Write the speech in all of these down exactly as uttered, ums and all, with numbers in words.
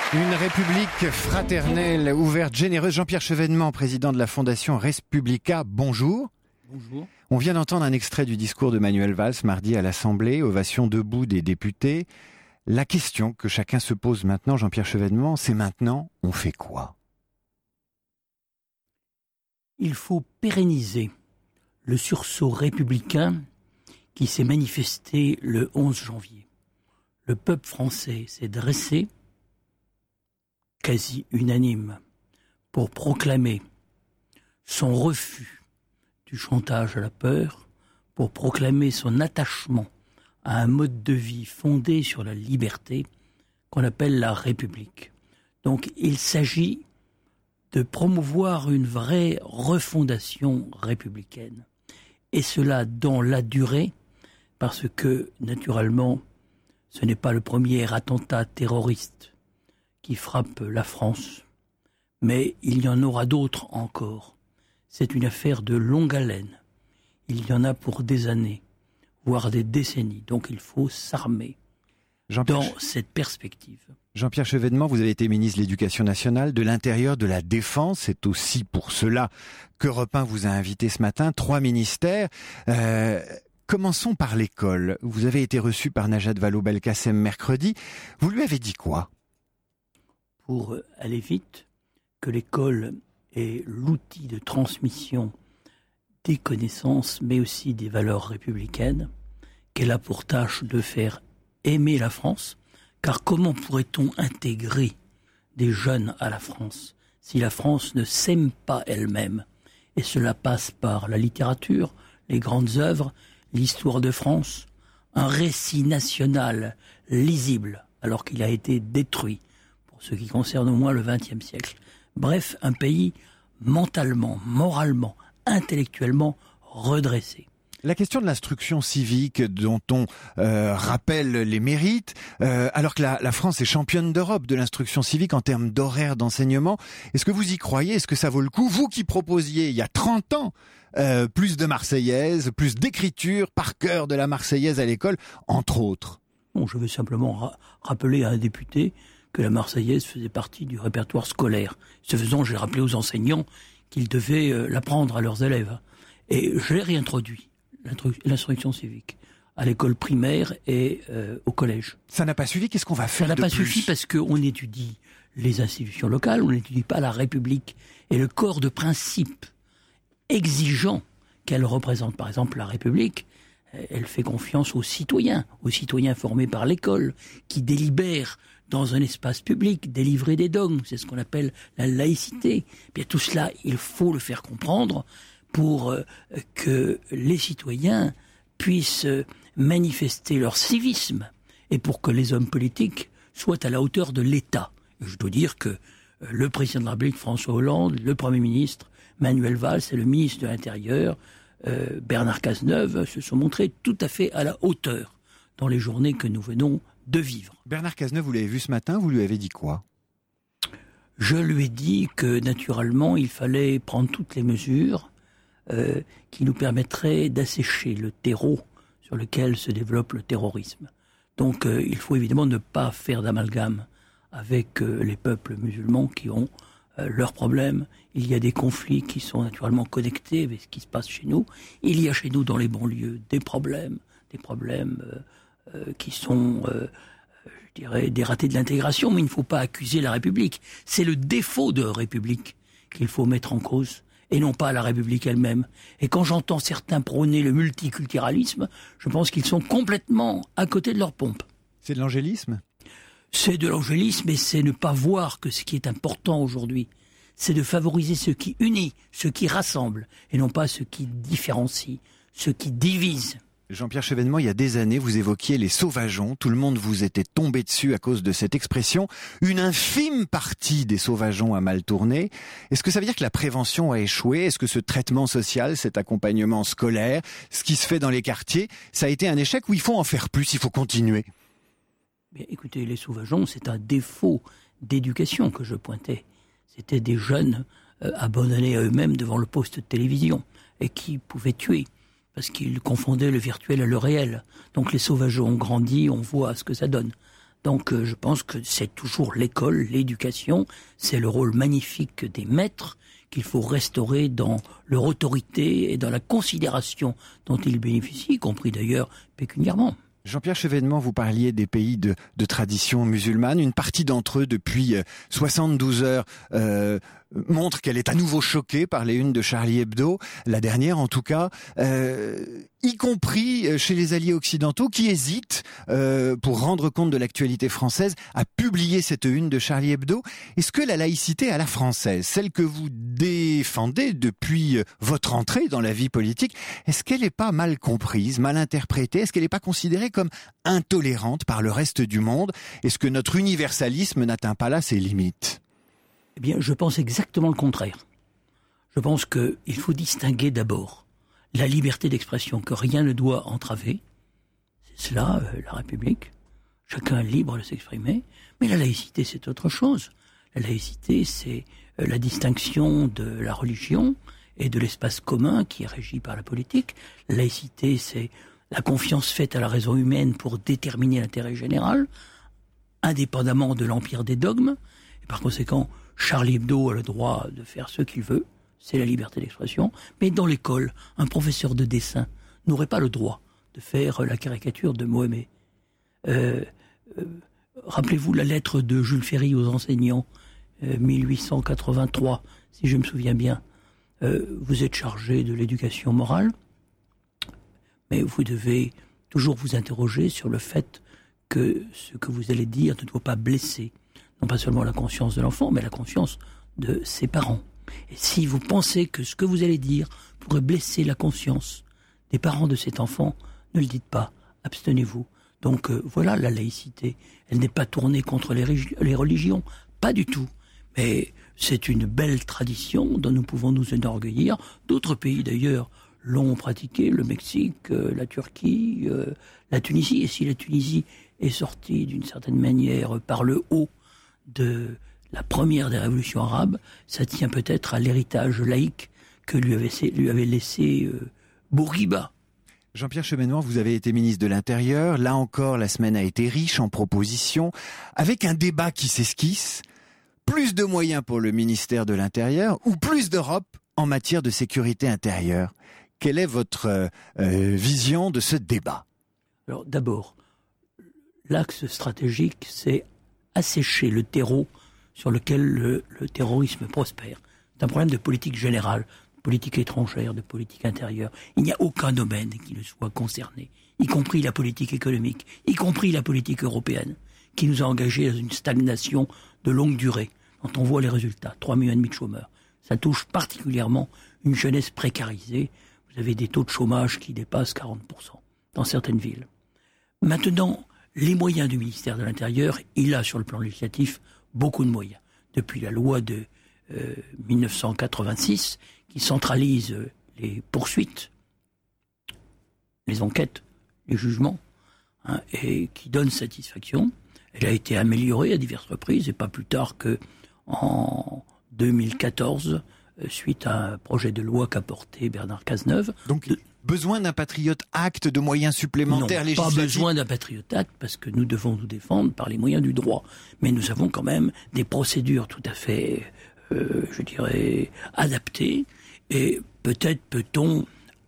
Une république fraternelle, ouverte, généreuse. Jean-Pierre Chevènement, président de la Fondation Respublica, bonjour. Bonjour. On vient d'entendre un extrait du discours de Manuel Valls mardi à l'Assemblée, ovation debout des députés. La question que chacun se pose maintenant, Jean-Pierre Chevènement, c'est maintenant, on fait quoi ? Il faut pérenniser le sursaut républicain qui s'est manifesté le onze janvier. Le peuple français s'est dressé, quasi unanime, pour proclamer son refus du chantage à la peur, pour proclamer son attachement à un mode de vie fondé sur la liberté qu'on appelle la République. Donc il s'agit de promouvoir une vraie refondation républicaine. Et cela dans la durée, parce que, naturellement, ce n'est pas le premier attentat terroriste qui frappe la France, mais il y en aura d'autres encore. C'est une affaire de longue haleine. Il y en a pour des années, voire des décennies. Donc il faut s'armer dans cette perspective. Jean-Pierre Chevènement, vous avez été ministre de l'Éducation nationale, de l'Intérieur, de la Défense. C'est aussi pour cela qu'Europe un vous a invité ce matin. Trois ministères. Euh, commençons par l'école. Vous avez été reçu par Najat Vallaud-Belkacem mercredi. Vous lui avez dit quoi ? Pour aller vite, que l'école est l'outil de transmission des connaissances, mais aussi des valeurs républicaines, qu'elle a pour tâche de faire aimer la France, car comment pourrait-on intégrer des jeunes à la France si la France ne s'aime pas elle-même ? Et cela passe par la littérature, les grandes œuvres, l'histoire de France, un récit national lisible, alors qu'il a été détruit, pour ce qui concerne au moins le vingtième siècle. Bref, un pays mentalement, moralement, intellectuellement redressé. La question de l'instruction civique dont on euh, rappelle les mérites, euh, alors que la, la France est championne d'Europe de l'instruction civique en termes d'horaire d'enseignement, est-ce que vous y croyez ? Est-ce que ça vaut le coup ? Vous qui proposiez il y a trente ans euh, plus de Marseillaise, plus d'écriture par cœur de la Marseillaise à l'école, entre autres. Bon, je veux simplement ra- rappeler à un député que la Marseillaise faisait partie du répertoire scolaire. Ce faisant, j'ai rappelé aux enseignants qu'ils devaient euh, l'apprendre à leurs élèves. Et je l'ai réintroduit. L'instruction civique à l'école primaire et euh, au collège. Ça n'a pas suffi, qu'est-ce qu'on va faire de Ça n'a pas plus ? suffi parce qu'on étudie les institutions locales, on n'étudie pas la République et le corps de principes exigeants qu'elle représente. Par exemple, la République, elle fait confiance aux citoyens, aux citoyens formés par l'école, qui délibèrent dans un espace public, délivrer des dogmes, c'est ce qu'on appelle la laïcité. Bien, tout cela, il faut le faire comprendre pour euh, que les citoyens puissent euh, manifester leur civisme et pour que les hommes politiques soient à la hauteur de l'État. Et je dois dire que euh, le président de la République, François Hollande, le Premier ministre, Manuel Valls et le ministre de l'Intérieur, euh, Bernard Cazeneuve, se sont montrés tout à fait à la hauteur dans les journées que nous venons de vivre. Bernard Cazeneuve, vous l'avez vu ce matin, vous lui avez dit quoi ? Je lui ai dit que, naturellement, il fallait prendre toutes les mesures Euh, qui nous permettrait d'assécher le terreau sur lequel se développe le terrorisme. Donc euh, il faut évidemment ne pas faire d'amalgame avec euh, les peuples musulmans qui ont euh, leurs problèmes. Il y a des conflits qui sont naturellement connectés avec ce qui se passe chez nous. Il y a chez nous dans les banlieues des problèmes, des problèmes euh, euh, qui sont, euh, je dirais, des ratés de l'intégration, mais il ne faut pas accuser la République. C'est le défaut de République qu'il faut mettre en cause, et non pas la République elle-même. Et quand j'entends certains prôner le multiculturalisme, je pense qu'ils sont complètement à côté de leur pompe. C'est de l'angélisme ? C'est de l'angélisme, et c'est ne pas voir que ce qui est important aujourd'hui, c'est de favoriser ce qui unit, ce qui rassemble, et non pas ce qui différencie, ce qui divise. Jean-Pierre Chevènement, il y a des années, vous évoquiez les sauvageons. Tout le monde vous était tombé dessus à cause de cette expression. Une infime partie des sauvageons a mal tourné. Est-ce que ça veut dire que la prévention a échoué ? Est-ce que ce traitement social, cet accompagnement scolaire, ce qui se fait dans les quartiers, ça a été un échec ou il faut en faire plus, il faut continuer ? Bien, écoutez, les sauvageons, c'est un défaut d'éducation que je pointais. C'était des jeunes euh, abandonnés à eux-mêmes devant le poste de télévision et qui pouvaient tuer, parce qu'ils confondaient le virtuel et le réel. Donc les sauvageons ont grandi, on voit ce que ça donne. Donc euh, je pense que c'est toujours l'école, l'éducation, c'est le rôle magnifique des maîtres qu'il faut restaurer dans leur autorité et dans la considération dont ils bénéficient, y compris d'ailleurs pécuniairement. Jean-Pierre Chevènement, vous parliez des pays de, de tradition musulmane. Une partie d'entre eux, depuis soixante-douze heures, euh, montre qu'elle est à nouveau choquée par les unes de Charlie Hebdo, la dernière en tout cas, euh, y compris chez les alliés occidentaux qui hésitent, euh, pour rendre compte de l'actualité française, à publier cette une de Charlie Hebdo. Est-ce que la laïcité à la française, celle que vous défendez depuis votre entrée dans la vie politique, est-ce qu'elle n'est pas mal comprise, mal interprétée? Est-ce qu'elle n'est pas considérée comme intolérante par le reste du monde? Est-ce que notre universalisme n'atteint pas là ses limites? Eh bien, je pense exactement le contraire. Je pense qu'il faut distinguer d'abord la liberté d'expression que rien ne doit entraver. C'est cela, euh, la République. Chacun est libre de s'exprimer. Mais la laïcité, c'est autre chose. La laïcité, c'est euh, la distinction de la religion et de l'espace commun qui est régi par la politique. La laïcité, c'est la confiance faite à la raison humaine pour déterminer l'intérêt général, indépendamment de l'empire des dogmes. Et par conséquent, Charlie Hebdo a le droit de faire ce qu'il veut, c'est la liberté d'expression. Mais dans l'école, un professeur de dessin n'aurait pas le droit de faire la caricature de Mohamed. Euh, euh, rappelez-vous la lettre de Jules Ferry aux enseignants, euh, mille huit cent quatre-vingt-trois, si je me souviens bien. Euh, vous êtes chargé de l'éducation morale, mais vous devez toujours vous interroger sur le fait que ce que vous allez dire ne doit pas blesser non pas seulement la conscience de l'enfant, mais la conscience de ses parents. Et si vous pensez que ce que vous allez dire pourrait blesser la conscience des parents de cet enfant, ne le dites pas, abstenez-vous. Donc euh, voilà la laïcité. Elle n'est pas tournée contre les, les religions, pas du tout. Mais c'est une belle tradition dont nous pouvons nous enorgueillir. D'autres pays d'ailleurs l'ont pratiqué, le Mexique, euh, la Turquie, euh, la Tunisie. Et si la Tunisie est sortie d'une certaine manière par le haut de la première des révolutions arabes, ça tient peut-être à l'héritage laïque que lui avait, lui avait laissé euh, Bourguiba. Jean-Pierre Chevènement, vous avez été ministre de l'Intérieur. Là encore, la semaine a été riche en propositions, avec un débat qui s'esquisse. Plus de moyens pour le ministère de l'Intérieur ou plus d'Europe en matière de sécurité intérieure? Quelle est votre euh, vision de ce débat? Alors d'abord, l'axe stratégique, c'est assécher le terreau sur lequel le, le terrorisme prospère. C'est un problème de politique générale, de politique étrangère, de politique intérieure. Il n'y a aucun domaine qui ne soit concerné, y compris la politique économique, y compris la politique européenne, qui nous a engagés dans une stagnation de longue durée, dont on voit les résultats, trois millions et demi de chômeurs. Ça touche particulièrement une jeunesse précarisée. Vous avez des taux de chômage qui dépassent quarante pour cent dans certaines villes. Maintenant, les moyens du ministère de l'Intérieur, il a sur le plan législatif beaucoup de moyens. Depuis la loi de euh, mille neuf cent quatre-vingt-six, qui centralise les poursuites, les enquêtes, les jugements, hein, et qui donne satisfaction. Elle a été améliorée à diverses reprises, et pas plus tard qu'en deux mille quatorze, euh, suite à un projet de loi qu'a porté Bernard Cazeneuve. Donc, de... besoin d'un Patriot Act, de moyens supplémentaires non, législatifs? Pas besoin d'un Patriot Act, parce que nous devons nous défendre par les moyens du droit. Mais nous avons quand même des procédures tout à fait, euh, je dirais, adaptées. Et peut-être peut-on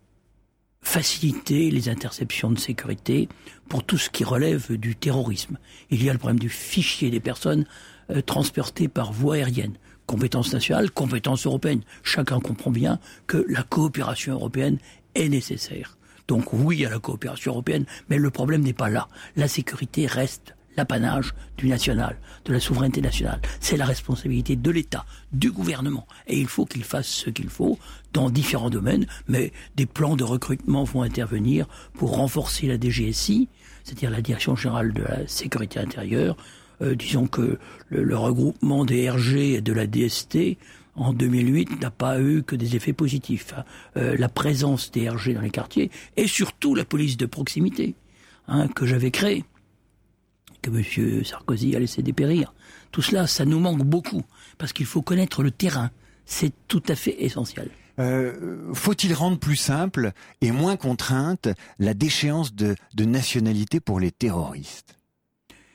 faciliter les interceptions de sécurité pour tout ce qui relève du terrorisme. Il y a le problème du fichier des personnes euh, transportées par voie aérienne. Compétence nationale, compétence européenne. Chacun comprend bien que la coopération européenne est nécessaire. Donc oui à la coopération européenne, mais le problème n'est pas là. La sécurité reste l'apanage du national, de la souveraineté nationale. C'est la responsabilité de l'État, du gouvernement. Et il faut qu'il fasse ce qu'il faut dans différents domaines, mais des plans de recrutement vont intervenir pour renforcer la D G S I, c'est-à-dire la Direction Générale de la Sécurité Intérieure. Euh, disons que le, le regroupement des R G et de la D S T en deux mille huit n'a pas eu que des effets positifs. Euh, la présence des R G dans les quartiers et surtout la police de proximité, hein, que j'avais créée, que M. Sarkozy a laissé dépérir. Tout cela, ça nous manque beaucoup, parce qu'il faut connaître le terrain. C'est tout à fait essentiel. Euh, faut-il rendre plus simple et moins contrainte la déchéance de, de nationalité pour les terroristes?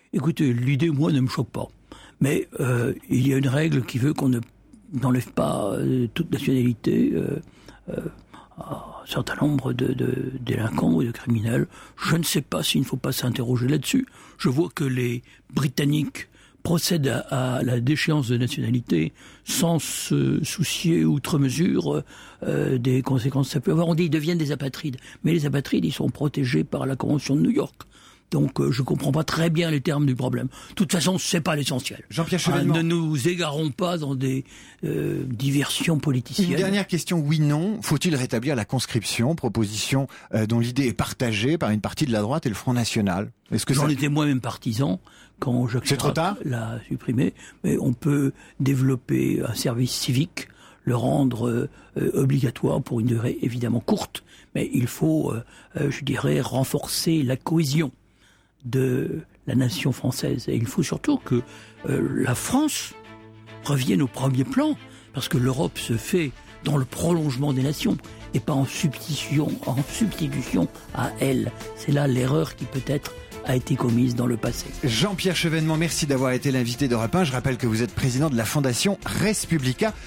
Écoutez, l'idée, moi, ne me choque pas. Mais euh, il y a une règle qui veut qu'on ne n'enlève pas euh, toute nationalité euh, euh, à un certain nombre de, de délinquants ou de criminels. Je ne sais pas s'il ne faut pas s'interroger là-dessus. Je vois que les Britanniques procèdent à, à la déchéance de nationalité sans se soucier outre mesure euh, des conséquences que ça peut avoir. On dit qu'ils deviennent des apatrides. Mais les apatrides, ils sont protégés par la Convention de New York. Donc euh, je comprends pas très bien les termes du problème. De toute façon, c'est pas l'essentiel. Jean-Pierre Chevènement. Ah, ne nous égarons pas dans des euh, diversions politiciennes. Une dernière question, oui-non. Faut-il rétablir la conscription, proposition euh, dont l'idée est partagée par une partie de la droite et le Front National? Est-ce que J'en ça... étais moi-même partisan quand Jacques Chirac l'a supprimé, mais on peut développer un service civique, le rendre euh, obligatoire pour une durée évidemment courte, mais il faut, euh, euh, je dirais, renforcer la cohésion de la nation française. Et il faut surtout que euh, la France revienne au premier plan, parce que l'Europe se fait dans le prolongement des nations et pas en substitution, en substitution à elle. C'est là l'erreur qui peut-être a été commise dans le passé. Jean-Pierre Chevènement, merci d'avoir été l'invité d'Europe un. Je rappelle que vous êtes président de la Fondation Res Publica.